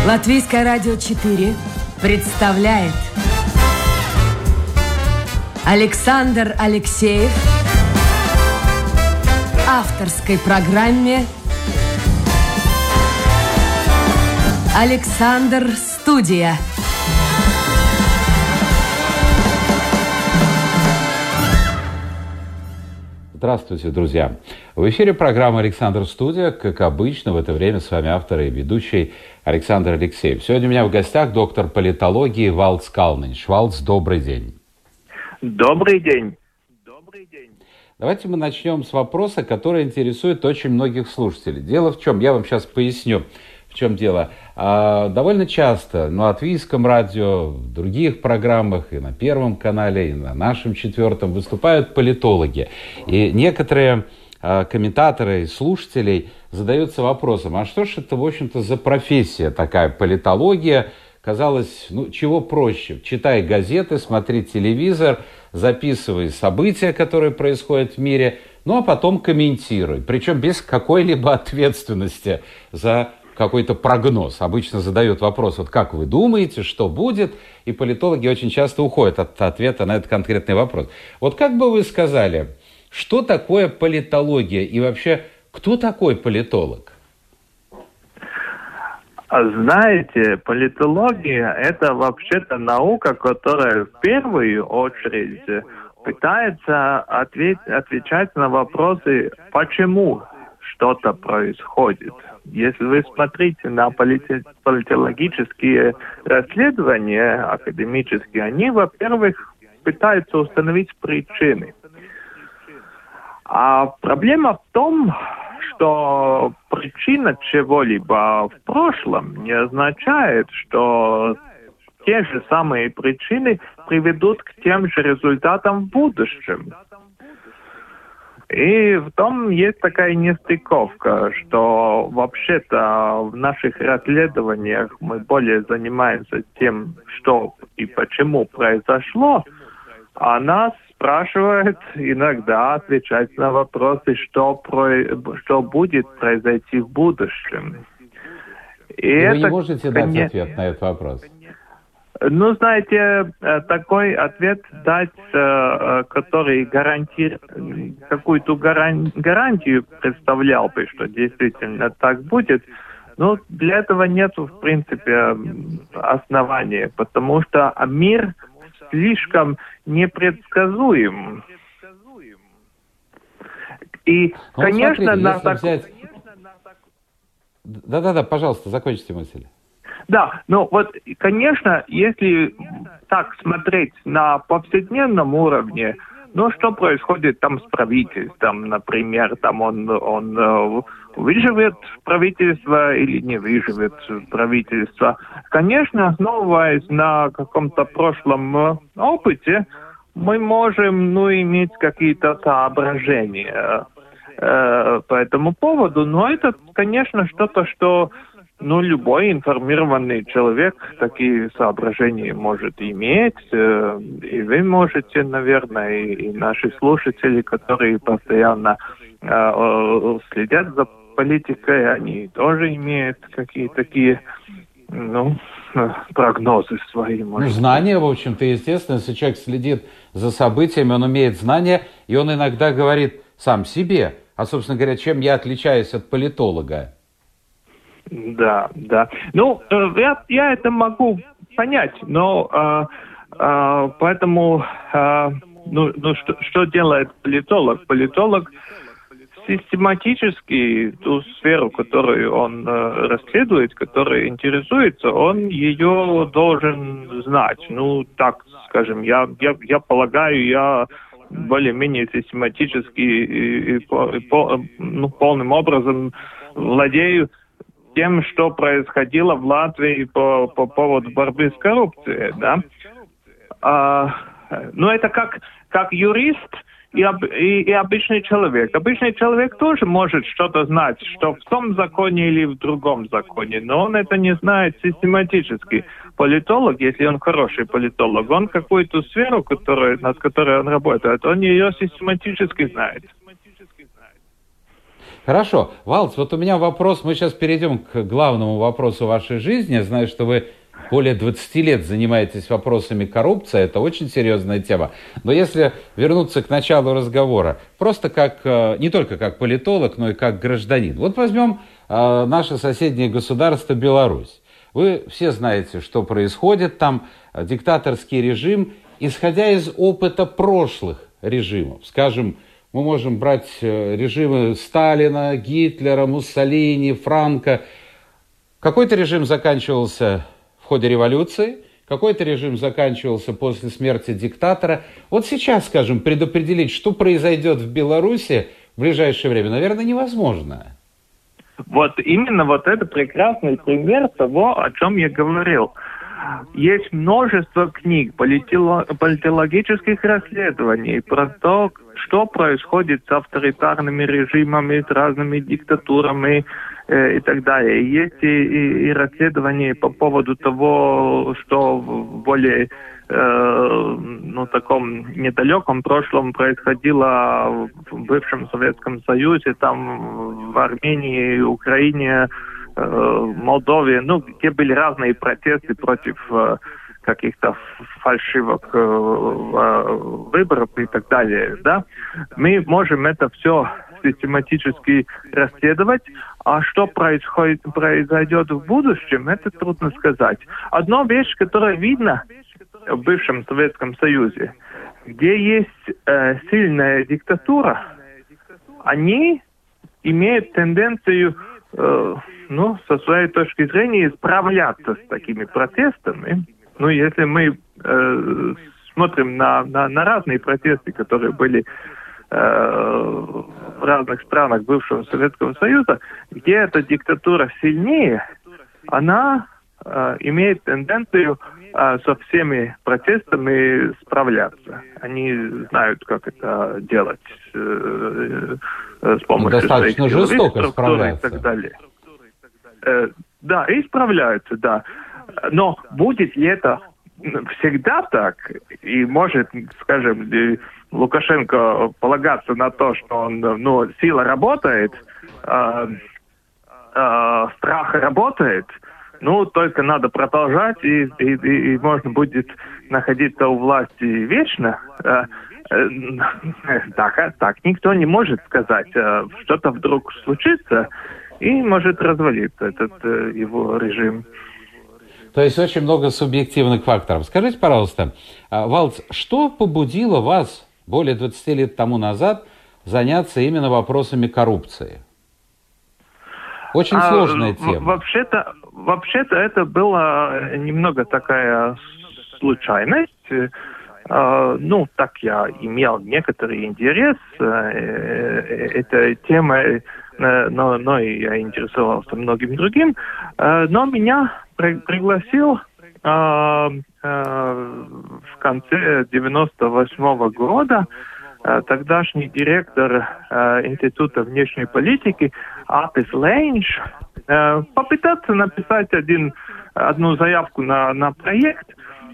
Латвийское радио 4 представляет Александр Алексеев в авторской программе «Александр Студия». Здравствуйте, друзья! В эфире программа «Александр Студия». Как обычно, в это время с вами автор и ведущий Александр Алексеев. Сегодня у меня в гостях доктор политологии Валдс Калнинш. Валдс, добрый день. Добрый день. Давайте мы начнем с вопроса, который интересует очень многих слушателей. Дело в чем? Я вам сейчас поясню, в чем дело. Довольно часто на латвийском радио, в других программах, и на Первом канале, и на нашем Четвертом выступают политологи. И некоторые комментаторы и слушателей задаются вопросом, а что же это, в общем-то, за профессия такая политология? Казалось, чего проще? Читай газеты, смотри телевизор, записывай события, которые происходят в мире, а потом комментируй. Причем без какой-либо ответственности за какой-то прогноз. Обычно задают вопрос, как вы думаете, что будет? И политологи очень часто уходят от ответа на этот конкретный вопрос. Как бы вы сказали, что такое политология и вообще, кто такой политолог? Знаете, политология – это вообще-то наука, которая в первую очередь пытается отвечать на вопросы, почему что-то происходит. Если вы смотрите на политологические расследования академические, они, во-первых, пытаются установить причины. А проблема в том, что причина чего-либо в прошлом не означает, что те же самые причины приведут к тем же результатам в будущем. И в том есть такая нестыковка, что вообще-то в наших расследованиях мы более занимаемся тем, что и почему произошло, а нас спрашивают иногда отвечать на вопросы, что будет произойти в будущем. И вы не можете дать ответ на этот вопрос? Знаете, такой ответ дать, который какую-то гарантию представлял бы, что действительно так будет, для этого нет, в принципе, основания, потому что мир слишком непредсказуем. И, конечно, Да-да-да, пожалуйста, закончите мысль. Да, конечно, если так смотреть на повседневном уровне, что происходит там с правительством, например, там он выживет правительство или не выживет правительство. Конечно, основываясь на каком-то прошлом опыте, мы можем, иметь какие-то соображения по этому поводу, но это, конечно, что-то, что любой информированный человек такие соображения может иметь, и вы можете, наверное, и наши слушатели, которые постоянно следят за политикой, они тоже имеют какие-то такие, прогнозы свои. Знания, в общем-то, естественно, если человек следит за событиями, он имеет знания, и он иногда говорит сам себе, собственно говоря, чем я отличаюсь от политолога. Да. Я это могу понять, но поэтому, что делает политолог? Политолог систематически ту сферу, которую он расследует, которой интересуется, он ее должен знать. Так скажем, я полагаю, я более-менее систематически и полным образом владею тем, что происходило в Латвии по поводу борьбы с коррупцией, да. Это как юрист и обычный человек. Обычный человек тоже может что-то знать, что в том законе или в другом законе, но он это не знает систематически. Политолог, если он хороший политолог, он какую-то сферу, над которой он работает, он ее систематически знает. Хорошо. Валдис, вот у меня вопрос, мы сейчас перейдем к главному вопросу вашей жизни. Я знаю, что вы более 20 лет занимаетесь вопросами коррупции, это очень серьезная тема. Но если вернуться к началу разговора, просто как, не только как политолог, но и как гражданин. Вот возьмем наше соседнее государство Беларусь. Вы все знаете, что происходит там, диктаторский режим, исходя из опыта прошлых режимов. Скажем, мы можем брать режимы Сталина, Гитлера, Муссолини, Франко. Какой-то режим заканчивался в ходе революции, какой-то режим заканчивался после смерти диктатора. Вот сейчас, скажем, предопределить, что произойдет в Беларуси в ближайшее время, наверное, невозможно. Вот именно вот это прекрасный пример того, о чем я говорил. Есть множество книг, политологических расследований про то, что происходит с авторитарными режимами, с разными диктатурами и так далее. Есть и расследования по поводу того, что в более таком недалеком прошлом происходило в бывшем Советском Союзе, там в Армении, Украине, Молдове, где были разные протесты против каких-то фальшивых выборов и так далее, да, мы можем это все систематически расследовать, а что произойдет в будущем, это трудно сказать. Одна вещь, которая видна в бывшем Советском Союзе, где есть сильная диктатура, они имеют тенденцию, со своей точки зрения, справляться с такими протестами. Если мы смотрим на разные протесты, которые были в разных странах бывшего Советского Союза, где эта диктатура сильнее, она имеет тенденцию со всеми протестами справляться. Они знают, как это делать с помощью достаточно жестоко справляться и так далее. Да, и справляются, да. Но будет ли это всегда так? И может, скажем, Лукашенко полагаться на то, что сила работает, страх работает, только надо продолжать, и можно будет находиться у власти вечно. Так никто не может сказать. Что-то вдруг случится, и может развалиться этот его режим. То есть очень много субъективных факторов. Скажите, пожалуйста, Валдис, что побудило вас более 20 лет тому назад заняться именно вопросами коррупции? Очень сложная тема. Вообще-то это была немного такая случайность. Так я имел некоторый интерес этой темой, но я интересовался многим другим. Но меня пригласил в конце 98 года тогдашний директор Института внешней политики Атис Лейнш попытаться написать одну заявку на проект,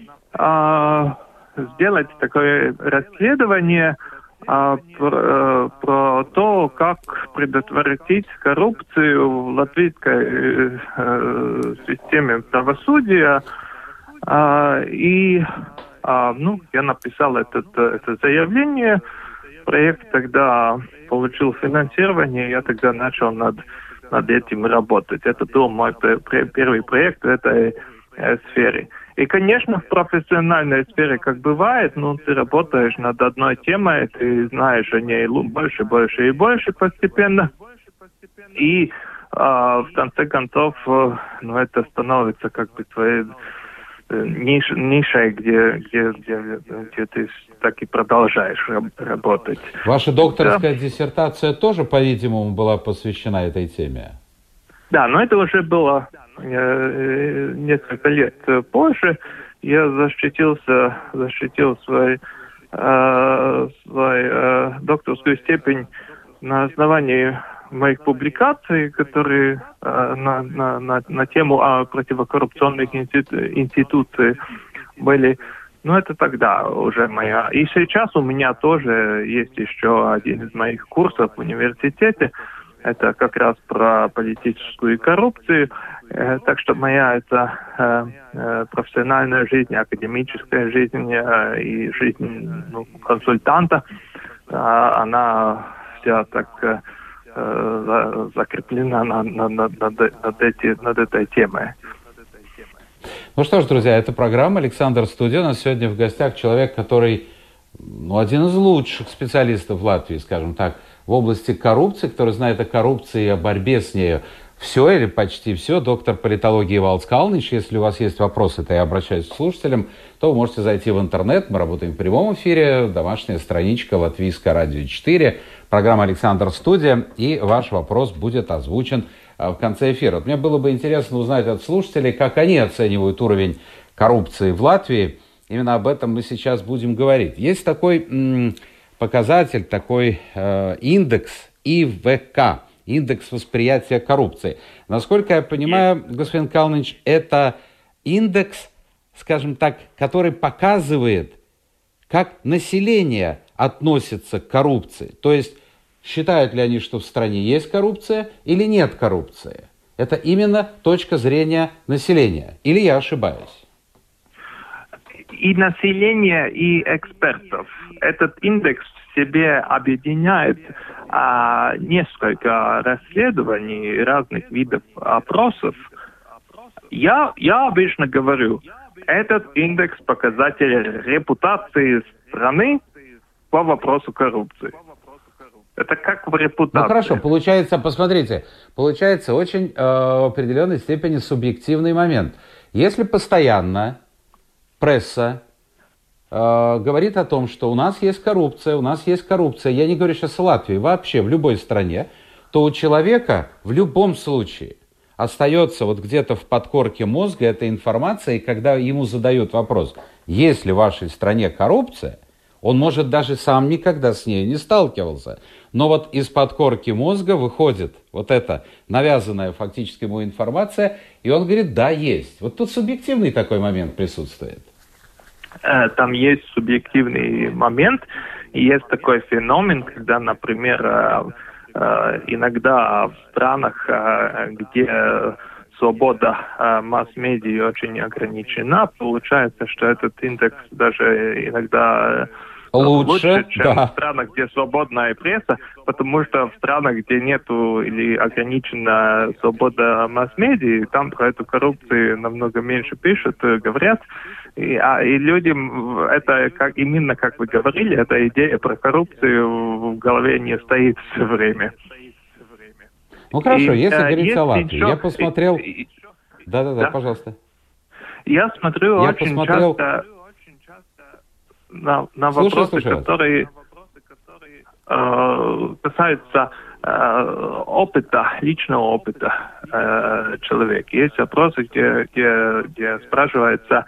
сделать такое расследование про то, как предотвратить коррупцию в латвийской системе правосудия. Я написал это заявление. Проект тогда получил финансирование, я тогда начал над этим работать. Это был мой первый проект в этой сфере. И, конечно, в профессиональной сфере, как бывает, ты работаешь над одной темой, ты знаешь о ней больше и больше постепенно. И в конце концов, это становится как бы твоей нишей, где ты так и продолжаешь работать. Ваша докторская диссертация тоже, по-видимому, была посвящена этой теме? Да, но это уже было несколько лет позже. Я защитил свою докторскую степень на основании моих публикаций, которые на тему противокоррупционных институций были. Это тогда уже моя. И сейчас у меня тоже есть еще один из моих курсов в университете, это как раз про политическую коррупцию. Так что моя профессиональная жизнь, академическая жизнь и жизнь консультанта, она вся так закреплена над этой темой. Ну что ж, друзья, это программа «Александр Студия». У нас сегодня в гостях человек, который один из лучших специалистов в Латвии, скажем так, в области коррупции, который знает о коррупции и о борьбе с нею все или почти все. Доктор политологии Валдс Калнич. Если у вас есть вопросы, то я обращаюсь к слушателям, то вы можете зайти в интернет. Мы работаем в прямом эфире. Домашняя страничка Латвийское радио 4. Программа «Александр Студия». И ваш вопрос будет озвучен в конце эфира. Мне было бы интересно узнать от слушателей, как они оценивают уровень коррупции в Латвии. Именно об этом мы сейчас будем говорить. Есть такой показатель, такой индекс ИВК, индекс восприятия коррупции. Насколько я понимаю, господин Калнич, это индекс, скажем так, который показывает, как население относится к коррупции. То есть, считают ли они, что в стране есть коррупция или нет коррупции. Это именно точка зрения населения. Или я ошибаюсь? И население, и экспертов. Этот индекс в себе объединяет несколько расследований разных видов опросов. Я обычно говорю, этот индекс показатель репутации страны по вопросу коррупции. Это как в репутации. Ну хорошо, посмотрите, получается очень в определенной степени субъективный момент. Если постоянно пресса говорит о том, что у нас есть коррупция, я не говорю сейчас о Латвии, вообще в любой стране, то у человека в любом случае остается вот где-то в подкорке мозга эта информация, и когда ему задают вопрос, есть ли в вашей стране коррупция, он, может, даже сам никогда с ней не сталкивался, но вот из подкорки мозга выходит вот эта навязанная фактически ему информация, и он говорит, да, есть. Вот тут субъективный такой момент присутствует. Там есть субъективный момент, и есть такой феномен, когда, например, иногда в странах, где свобода масс-медиа очень ограничена, получается, что этот индекс даже иногда лучше, чем в странах, где свободная пресса, потому что в странах, где нету или ограничена свобода масс-медиа, там про эту коррупцию намного меньше пишут, говорят. И людям это, именно как вы говорили, эта идея про коррупцию в голове не стоит все время. Ну хорошо, если говорить о Латвии, я посмотрел... Да, пожалуйста. Я смотрю очень часто на вопросы, которые касаются личного опыта человека. Есть вопросы, где спрашивается,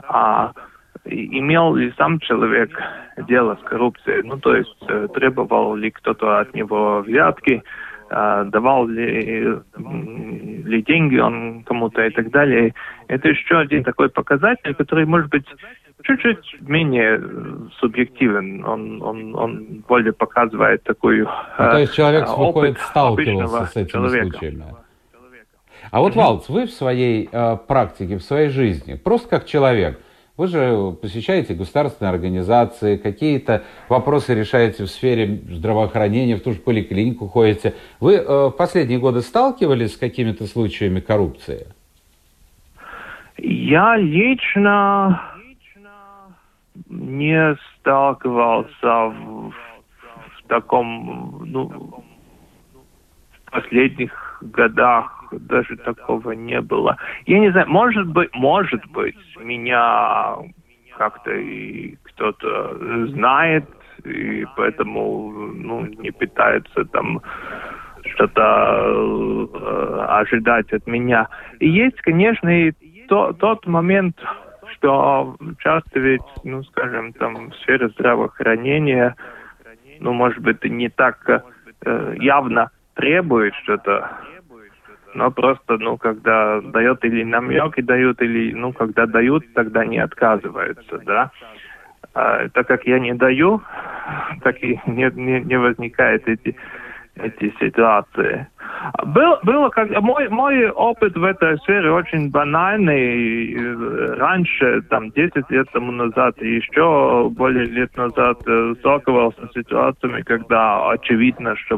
имел ли сам человек дело с коррупцией, то есть требовал ли кто-то от него взятки, давал ли деньги он кому-то и так далее. Это еще один такой показатель, который может быть чуть-чуть менее субъективен. Он более показывает такую то есть человек сталкивался с этими случаями. А вот, Валдс, вы в своей практике, в своей жизни, просто как человек, вы же посещаете государственные организации, какие-то вопросы решаете в сфере здравоохранения, в ту же поликлинику ходите. Вы в последние годы сталкивались с какими-то случаями коррупции? Я лично не сталкивался в таком, в последних годах даже такого не было. Я не знаю, может быть, меня как-то и кто-то знает, и поэтому, не пытается там что-то ожидать от меня. И есть, конечно, и тот момент, что часто ведь, скажем, там в сфере здравоохранения, может быть, и не так явно требует что-то, но просто, когда дает или намеки дают, или, когда дают, тогда не отказываются, да. Так как я не даю, так и не возникает эти ситуации. Мой опыт в этой сфере очень банальный. Раньше, 10 лет тому назад и еще более лет назад сталкивался с ситуациями, когда очевидно, что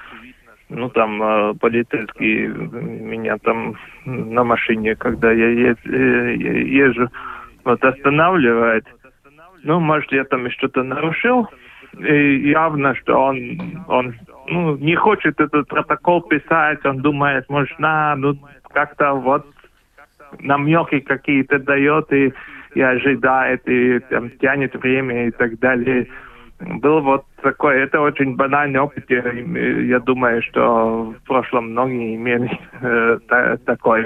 полицейские меня на машине, когда я езжу, останавливает. Может, я там что-то нарушил. И явно, что он не хочет этот протокол писать, он думает, может, как-то намеки какие-то дает и ожидает, и тянет время и так далее. Был такой, это очень банальный опыт, я думаю, что в прошлом многие имели такой.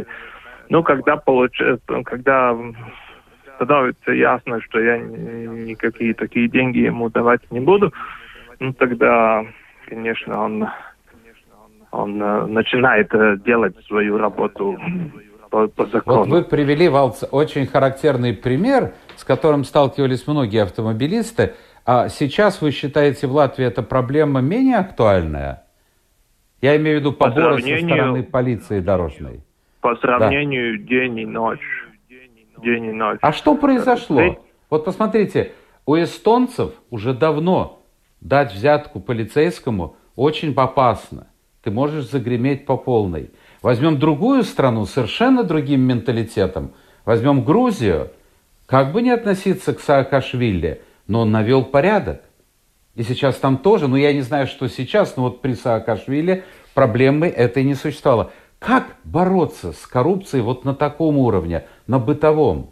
Когда становится ясно, что я никакие такие деньги ему давать не буду, тогда, конечно, он начинает делать свою работу по закону. Вы привели, Валц, очень характерный пример, с которым сталкивались многие автомобилисты. А сейчас вы считаете, в Латвии эта проблема менее актуальная? Я имею в виду поборы со стороны полиции дорожной. По сравнению день и ночь. День и ночь. А что произошло? Посмотрите, у эстонцев уже давно дать взятку полицейскому очень опасно. Ты можешь загреметь по полной. Возьмем другую страну с совершенно другим менталитетом. Возьмем Грузию. Как бы не относиться к Саакашвили, но он навел порядок. И сейчас там тоже, я не знаю, что сейчас, но при Саакашвили проблемы этой не существовало. Как бороться с коррупцией на таком уровне, на бытовом?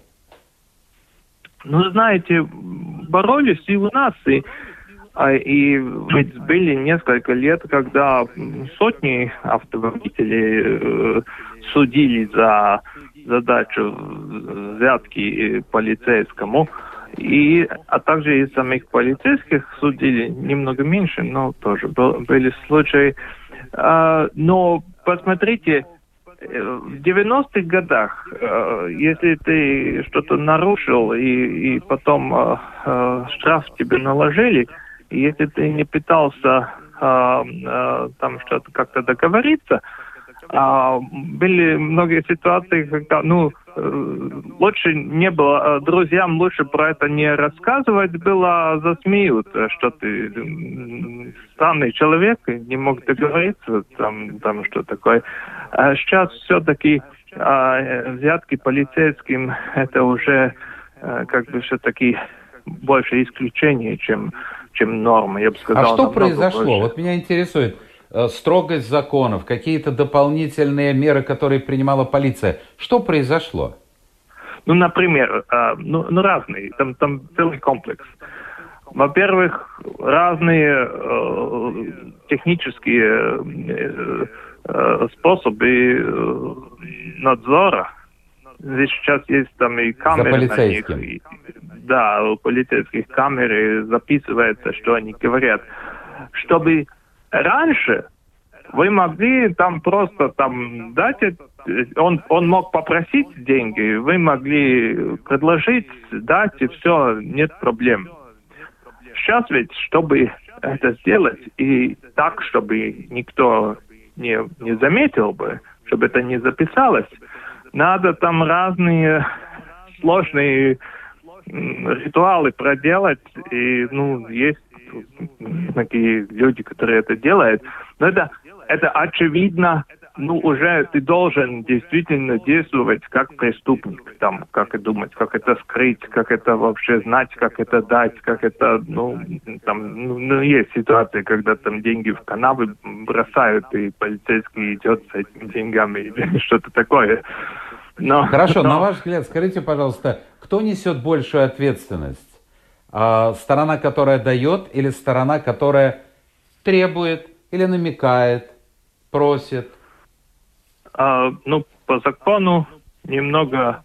Знаете, боролись и у нас, и ведь были несколько лет, когда сотни автоводителей судили за задачу взятки полицейскому, а также и самих полицейских судили немного меньше, но тоже были случаи. Но посмотрите, в 90-х годах, если ты что-то нарушил и потом штраф тебе наложили, и если ты не пытался что-то как-то договориться, были многие ситуации, когда лучше не было, друзьям лучше про это не рассказывать было, засмеют, что ты странный человек, не мог договориться, что такое. А сейчас все-таки взятки полицейским это уже все-таки больше исключение, чем норма, я бы сказал. А что произошло? Больше. Меня интересует строгость законов, какие-то дополнительные меры, которые принимала полиция. Что произошло? Например, разные. Там целый комплекс. Во-первых, разные технические способы надзора. Здесь сейчас есть и камеры на них. У полицейских камеры записывается, что они говорят. Чтобы раньше вы могли просто дать, он мог попросить деньги, вы могли предложить, дать, и все, нет проблем. Сейчас ведь, чтобы это сделать, и так, чтобы никто не заметил бы, чтобы это не записалось, надо разные сложные ритуалы проделать, и, есть такие люди, которые это делают. Но это очевидно, уже ты должен действительно действовать как преступник, как думать, как это скрыть, как это вообще знать, как это дать, как это, есть ситуации, когда деньги в канавы бросают, и полицейский идет с этими деньгами, или что-то такое. Хорошо, на ваш взгляд, скажите, пожалуйста, кто несет большую ответственность? Сторона, которая дает, или сторона, которая требует, или намекает, просит? По закону немного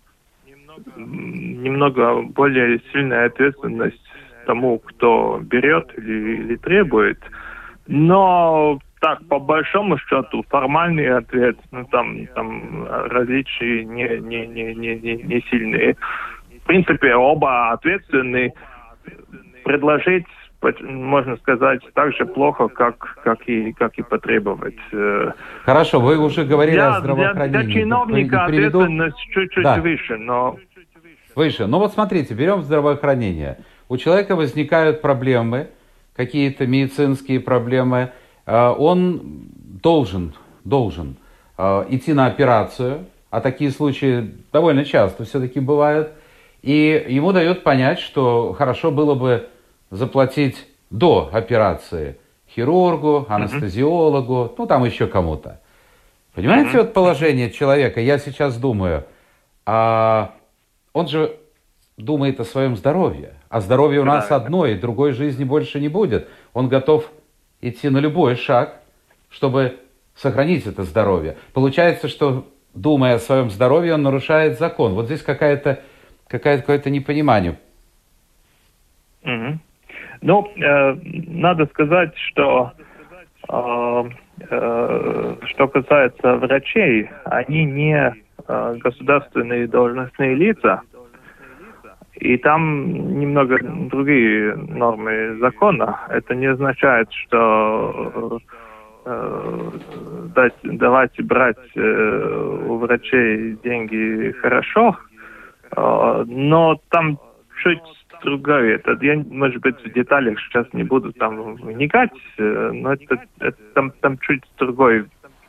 более сильная ответственность тому, кто берет или требует. Но так, по большому счету, формальный ответ, различия не сильные. В принципе, оба ответственны. Предложить можно сказать, так же плохо, как и потребовать. Хорошо, вы уже говорили о здравоохранении. Для чиновника ответственность чуть-чуть выше, но... Выше. Ну вот смотрите, берем здравоохранение. У человека возникают проблемы, какие-то медицинские проблемы. Он должен идти на операцию, а такие случаи довольно часто все-таки бывают. И ему дают понять, что хорошо было бы заплатить до операции хирургу, анестезиологу, ну там еще кому-то. Понимаете, вот положение человека, я сейчас думаю, он же думает о своем здоровье, а здоровье у нас одно, и другой жизни больше не будет. Он готов идти на любой шаг, чтобы сохранить это здоровье. Получается, что, думая о своем здоровье, он нарушает закон. Вот здесь какое-то непонимание. Ну, надо сказать, что что касается врачей, они не государственные должностные лица, и там немного другие нормы закона. Это не означает, что брать у врачей деньги хорошо, но там чуть другое. Я, может быть, в деталях сейчас не буду там вникать, но там чуть другой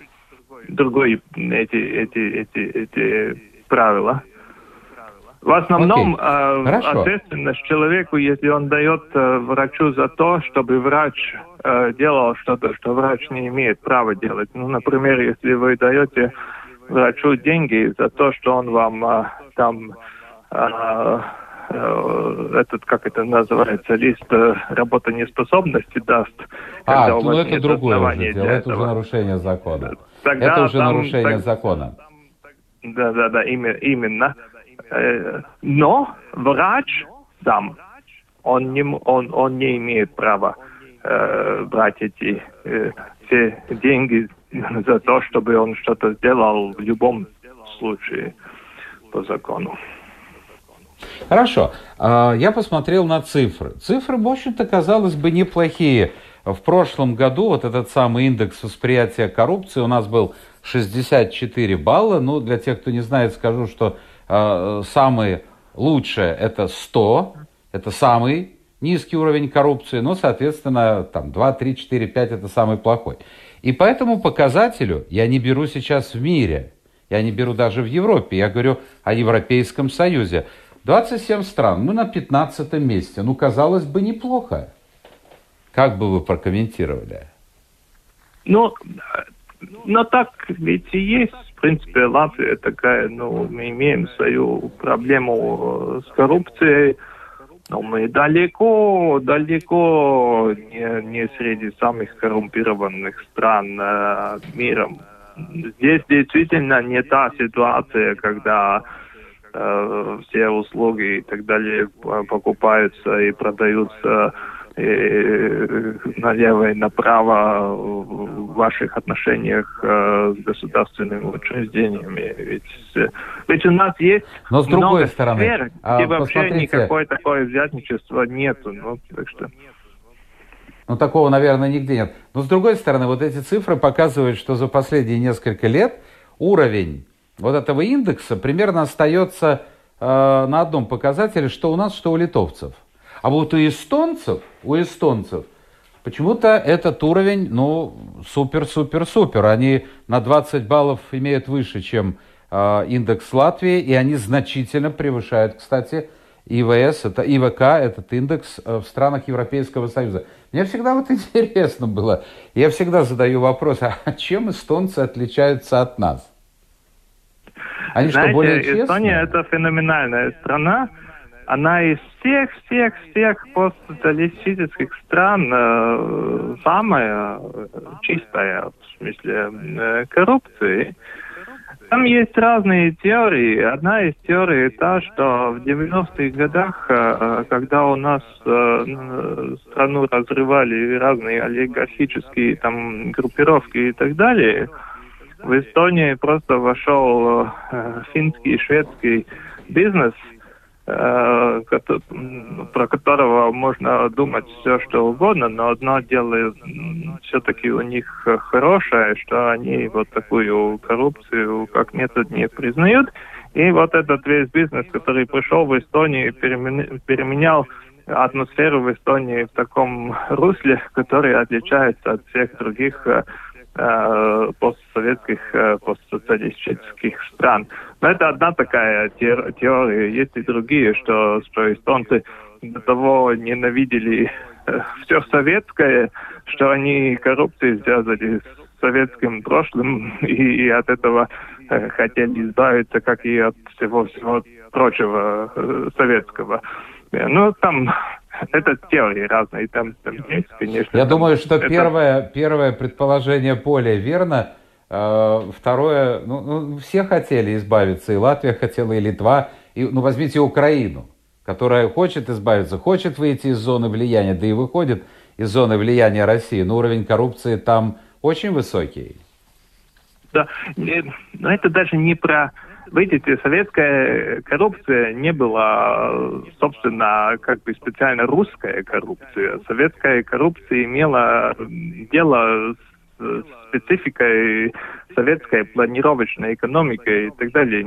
эти правила. В основном ответственность человеку, если он дает врачу за то, чтобы врач делал что-то, что врач не имеет права делать. Ну, например, если вы даете врачу деньги за то, что он вам этот, как это называется, лист работонеспособности даст. Это другое уже дело, это уже нарушение закона. Это уже нарушение закона. Да, именно. Но врач сам, он не имеет права брать все деньги за то, чтобы он что-то сделал в любом случае по закону. Хорошо. Я посмотрел на цифры. Цифры, в общем-то, казалось бы, неплохие. В прошлом году вот этот самый индекс восприятия коррупции у нас был 64 балла. Ну, для тех, кто не знает, скажу, что самое лучшее это 100. Это самый низкий уровень коррупции. Но, соответственно, там 2, 3, 4, 5 это самый плохой. И по этому показателю я не беру сейчас в мире. Я не беру даже в Европе. Я говорю о Европейском Союзе. 27 стран, мы на 15 месте. Ну, казалось бы, неплохо. Как бы вы прокомментировали? Но так ведь и есть. В принципе, Латвия такая, мы имеем свою проблему с коррупцией, но мы далеко не среди самых коррумпированных стран мира. Здесь действительно не та ситуация, когда все услуги и так далее покупаются и продаются налево и направо в ваших отношениях с государственными учреждениями. Ведь у нас есть но с другой стороны, сфер, где вообще никакое такое взятничество нету. Так что... такого, наверное, нигде нет. Но с другой стороны, вот эти цифры показывают, что за последние несколько лет уровень вот этого индекса примерно остается на одном показателе, что у нас, что у литовцев. А вот у эстонцев почему-то этот уровень, супер. Они на 20 баллов имеют выше, чем индекс Латвии, и они значительно превышают, кстати, ИВС, это ИВК, этот индекс в странах Европейского Союза. Мне всегда вот интересно было, я всегда задаю вопрос, а чем эстонцы отличаются от нас? Они Знаете, что, более честные? Эстония – это феноменальная страна. Она из всех постсоциалистических стран самая чистая в смысле коррупции. Там есть разные теории. Одна из теорий та, что в 90-х годах, когда у нас страну разрывали разные олигархические группировки и так далее, в Эстонии просто вошел финский и шведский бизнес, про которого можно думать все, что угодно, но одно дело все-таки у них хорошее, что они вот такую коррупцию как метод не признают. И вот этот весь бизнес, который пришел в Эстонию, переменял атмосферу в Эстонии в таком русле, который отличается от всех других постсоветских, постсоциалистических стран. Но это одна такая теория. Есть и другие, что эстонцы до того ненавидели все советское, что они коррупцию связали с советским прошлым и от этого хотели избавиться, как и от всего прочего советского. Ну, там это теории разные, там есть, конечно. Я думаю, что первое предположение более верно. Второе, все хотели избавиться, и Латвия хотела, и Литва, возьмите Украину, которая хочет избавиться, хочет выйти из зоны влияния, да и выходит из зоны влияния России, но уровень коррупции там очень высокий. Да, но это даже не про... Видите, советская коррупция не была, собственно, как бы специально русская коррупция. Советская коррупция имела дело с спецификой советской планировочной экономикой и так далее.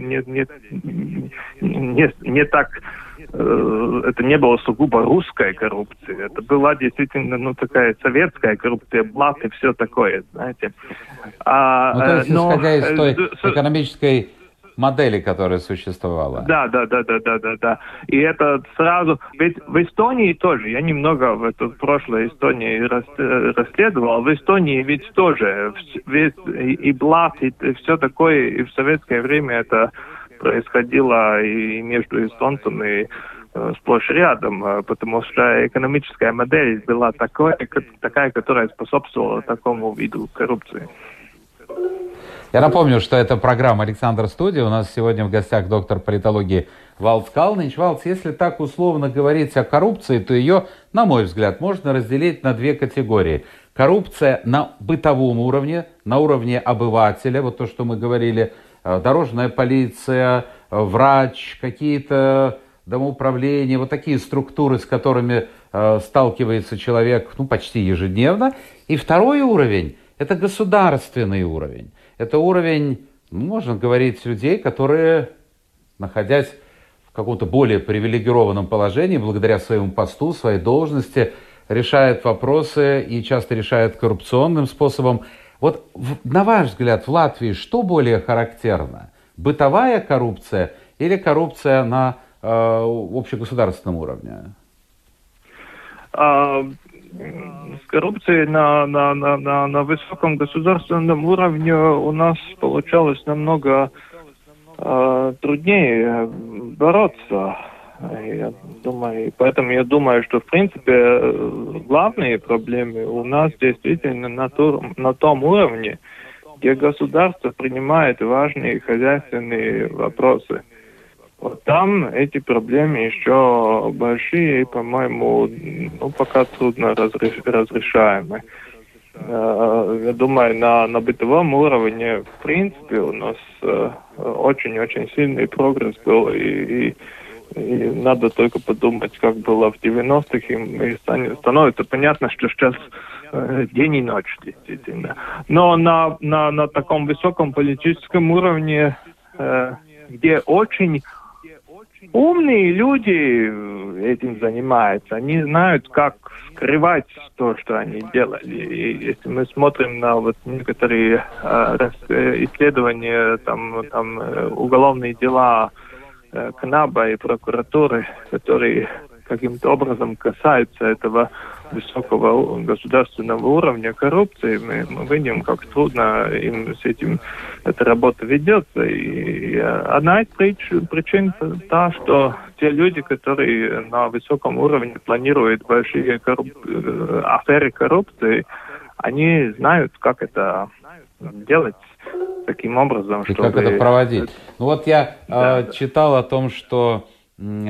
Не так... Это не было сугубо русская коррупция. Это была действительно, такая советская коррупция, блат и все такое, знаете. То есть, исходя из той экономической модели, которая существовала. Да. И это сразу... Ведь в Эстонии тоже, я немного в прошлой Эстонии расследовал, в Эстонии ведь тоже весь и блат, и все такое, и в советское время это происходило и между эстонцами сплошь рядом, потому что экономическая модель была такая, которая способствовала такому виду коррупции. Я напомню, что это программа «Александр Студия». У нас сегодня в гостях доктор политологии Валдс Калныч. Валдс, если так условно говорить о коррупции, то ее, на мой взгляд, можно разделить на две категории. Коррупция на бытовом уровне, на уровне обывателя, вот то, что мы говорили, дорожная полиция, врач, какие-то домоуправления, вот такие структуры, с которыми сталкивается человек почти ежедневно. И второй уровень – это государственный уровень. Это уровень, можно говорить, людей, которые, находясь в каком-то более привилегированном положении, благодаря своему посту, своей должности, решают вопросы и часто решают коррупционным способом. Вот на ваш взгляд, в Латвии что более характерно? Бытовая коррупция или коррупция на общегосударственном уровне? С коррупцией на высоком государственном уровне у нас получалось намного труднее бороться. Поэтому я думаю, что в принципе главные проблемы у нас действительно на том уровне, где государство принимает важные хозяйственные вопросы. Вот там эти проблемы еще большие, по-моему, пока трудно разрешаемы. Я думаю, на бытовом уровне, в принципе, у нас очень-очень сильный прогресс был, и надо только подумать, как было в 90-х, и становится понятно, что сейчас день и ночь, действительно. Но на таком высоком политическом уровне, где очень умные люди этим занимаются, они знают, как скрывать то, что они делали. И если мы смотрим на некоторые исследования, там уголовные дела КНАБа и прокуратуры, которые каким-то образом касаются этого высокого государственного уровня коррупции, мы видим, как трудно им с этим эта работа ведется. И одна из причин та, что те люди, которые на высоком уровне планируют большие аферы коррупции, они знают, как это делать таким образом, чтобы... И как это проводить. Я читал о том, что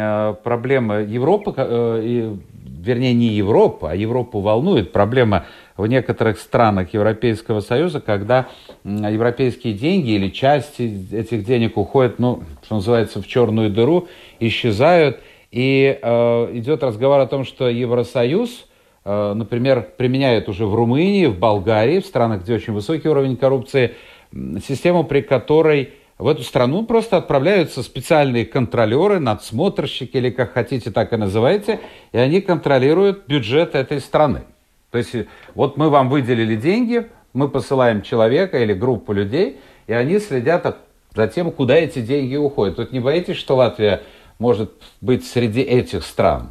проблема Европы, вернее не Европа, а Европу волнует проблема в некоторых странах Европейского Союза, когда европейские деньги или части этих денег уходят, ну, что называется, в черную дыру, исчезают. И идет разговор о том, что Евросоюз, например, применяет уже в Румынии, в Болгарии, в странах, где очень высокий уровень коррупции, систему, при которой в эту страну просто отправляются специальные контролеры, надсмотрщики, или как хотите, так и называйте, и они контролируют бюджет этой страны. То есть вот мы вам выделили деньги, мы посылаем человека или группу людей, и они следят за тем, куда эти деньги уходят. Тут не боитесь, что Латвия может быть среди этих стран?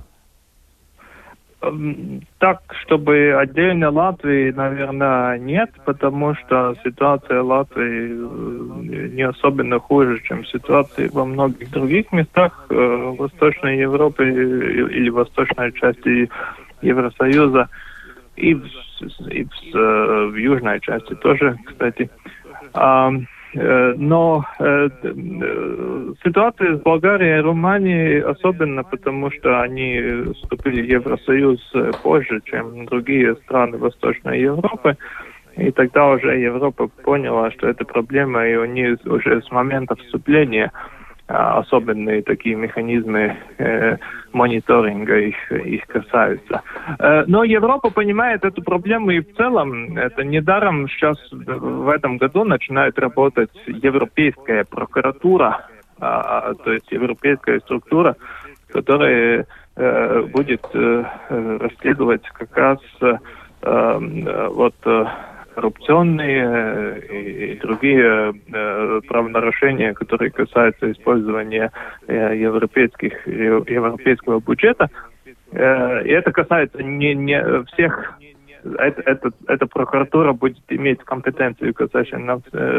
Так, чтобы отдельно Латвии, наверное, нет, потому что ситуация Латвии не особенно хуже, чем ситуация во многих других местах Восточной Европы или восточной части Евросоюза, и в южной части тоже, кстати. Но ситуация с Болгарией и Румынией особенно, потому что они вступили в Евросоюз позже, чем другие страны Восточной Европы. И тогда уже Европа поняла, что это проблема, и у них уже с момента вступления особенные такие механизмы мониторинга их касаются. Но Европа понимает эту проблему и в целом. Это недаром сейчас в этом году начинает работать Европейская прокуратура, то есть европейская структура, которая будет расследовать как раз коррупционные и другие правонарушения, которые касаются использования европейского бюджета. И это касается не всех. Эта прокуратура будет иметь компетенцию касательно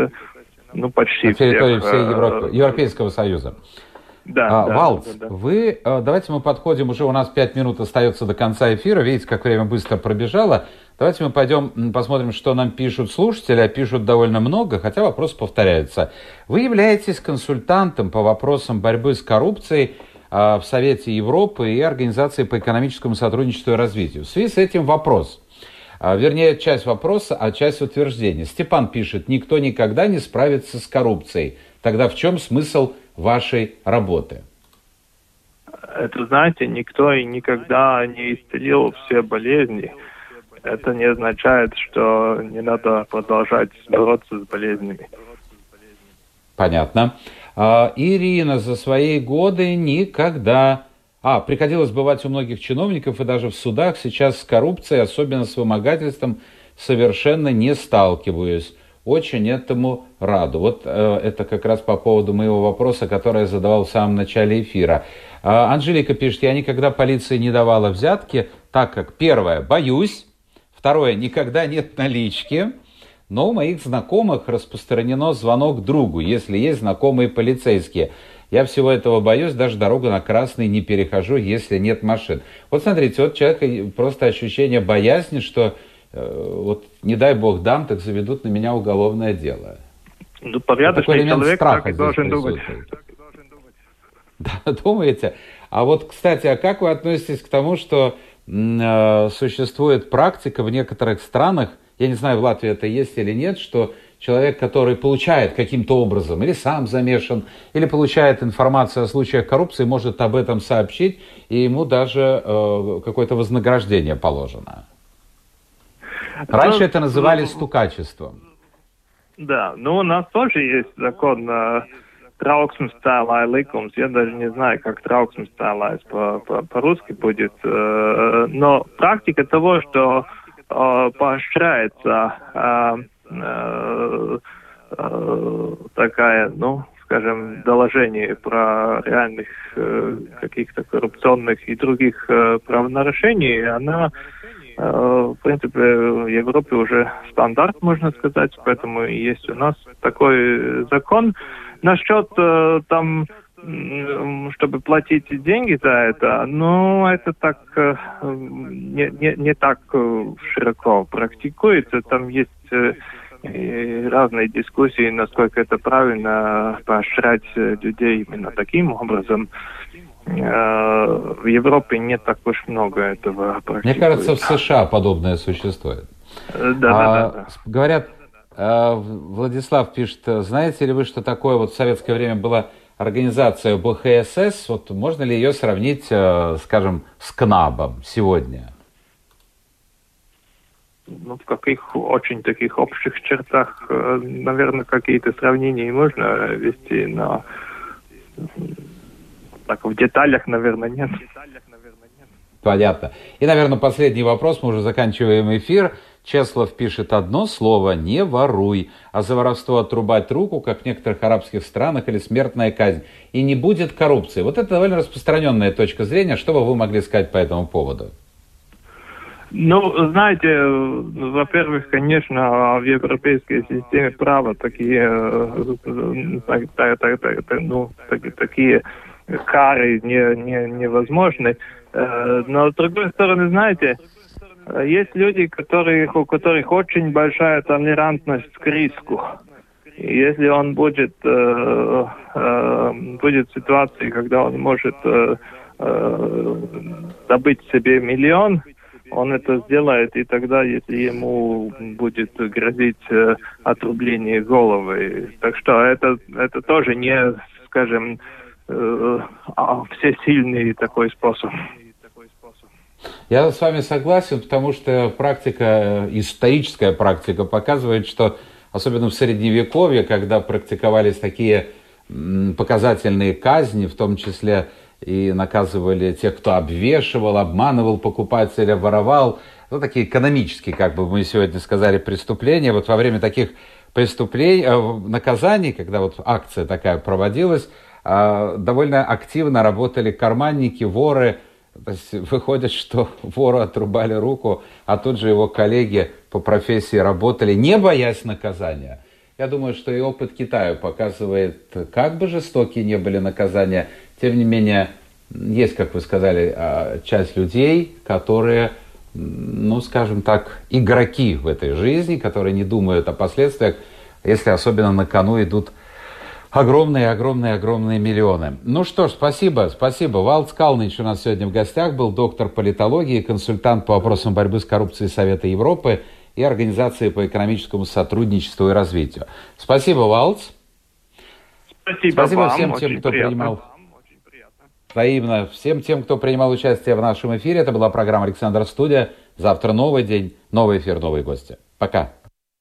почти всех. Всей Европейского Союза. Да, Валдс, да. давайте мы подходим, уже у нас 5 минут остается до конца эфира, видите, как время быстро пробежало. Давайте мы пойдем посмотрим, что нам пишут слушатели, а пишут довольно много, хотя вопросы повторяются. Вы являетесь консультантом по вопросам борьбы с коррупцией в Совете Европы и Организации по экономическому сотрудничеству и развитию. В связи с этим вопрос. Вернее, часть вопроса, а часть утверждения. Степан пишет: никто никогда не справится с коррупцией. Тогда в чем смысл вашей работы? Это, знаете, никто и никогда не исцелил все болезни. Это не означает, что не надо продолжать бороться с болезнями. Понятно. Ирина за свои годы никогда... приходилось бывать у многих чиновников и даже в судах. Сейчас с коррупцией, особенно с вымогательством, совершенно не сталкиваюсь. Очень этому раду. Вот это как раз по поводу моего вопроса, который я задавал в самом начале эфира. Анжелика пишет: я никогда полиции не давала взятки, так как, первое, боюсь, второе, никогда нет налички, но у моих знакомых распространено звонок другу, если есть знакомые полицейские. Я всего этого боюсь, даже дорогу на красный не перехожу, если нет машин. Вот смотрите, вот человек просто ощущение боязни, что вот не дай бог дам, так заведут на меня уголовное дело. Порядочный человек так и должен думать. Да, думаете? А вот, кстати, а как вы относитесь к тому, что существует практика в некоторых странах, я не знаю, в Латвии это есть или нет, что человек, который получает каким-то образом, или сам замешан, или получает информацию о случаях коррупции, может об этом сообщить, и ему даже какое-то вознаграждение положено. Раньше это называли стукачеством. Да, у нас тоже есть закон трауksmes cēlāja likums. Я даже не знаю, как трауksmes cēlājs по-русски будет. Но практика того, что поощряется такая, скажем, доложение про реальных каких-то коррупционных и других правонарушений, она в принципе, в Европе уже стандарт, можно сказать, поэтому и есть у нас такой закон. Насчет чтобы платить деньги за это, это так не так широко практикуется. Там есть разные дискуссии, насколько это правильно поощрять людей именно таким образом. В Европе не так уж много этого практикуется. Мне кажется, в США подобное существует. Да. Говорят, Владислав пишет, знаете ли вы, что такое вот в советское время была организация БХСС? Вот можно ли ее сравнить, скажем, с КНАБом сегодня? Ну, в каких очень таких общих чертах, наверное, какие-то сравнения можно вести, но так в деталях, наверное, нет. Понятно. И, наверное, последний вопрос, мы уже заканчиваем эфир. Чеслов пишет одно слово: не воруй, а за воровство отрубать руку, как в некоторых арабских странах, или смертная казнь. И не будет коррупции. Вот это довольно распространенная точка зрения. Что бы вы могли сказать по этому поводу? Ну, знаете, во-первых, конечно, в европейской системе права такие кары невозможны. Но с другой стороны, знаете, есть люди, у которых очень большая толерантность к риску. И если он будет в ситуации, когда он может добыть себе миллион, он это сделает, и тогда, если ему будет грозить отрубление головы. Так что это тоже не, скажем, всесильный такой способ. Я с вами согласен, потому что практика, историческая практика показывает, что особенно в Средневековье, когда практиковались такие показательные казни, в том числе и наказывали тех, кто обвешивал, обманывал покупателя, воровал, ну, такие экономические, как бы мы сегодня сказали, преступления. Вот во время таких преступлений, наказаний, когда вот акция такая проводилась, довольно активно работали карманники, воры. То есть выходит, что вору отрубали руку, а тут же его коллеги по профессии работали, не боясь наказания. Я думаю, что и опыт Китая показывает, как бы жестокие не были наказания, тем не менее, есть, как вы сказали, часть людей, которые, ну, скажем так, игроки в этой жизни, которые не думают о последствиях, если особенно на кону идут огромные миллионы. Ну что ж, спасибо. Валдс Калныч у нас сегодня в гостях был, доктор политологии, консультант по вопросам борьбы с коррупцией Совета Европы и Организации по экономическому сотрудничеству и развитию. Спасибо, Валдс. Спасибо вам, всем тем, кто приятно. Взаимно всем тем, кто принимал участие в нашем эфире. Это была программа «Александр Студия». Завтра новый день, новый эфир, новые гости. Пока.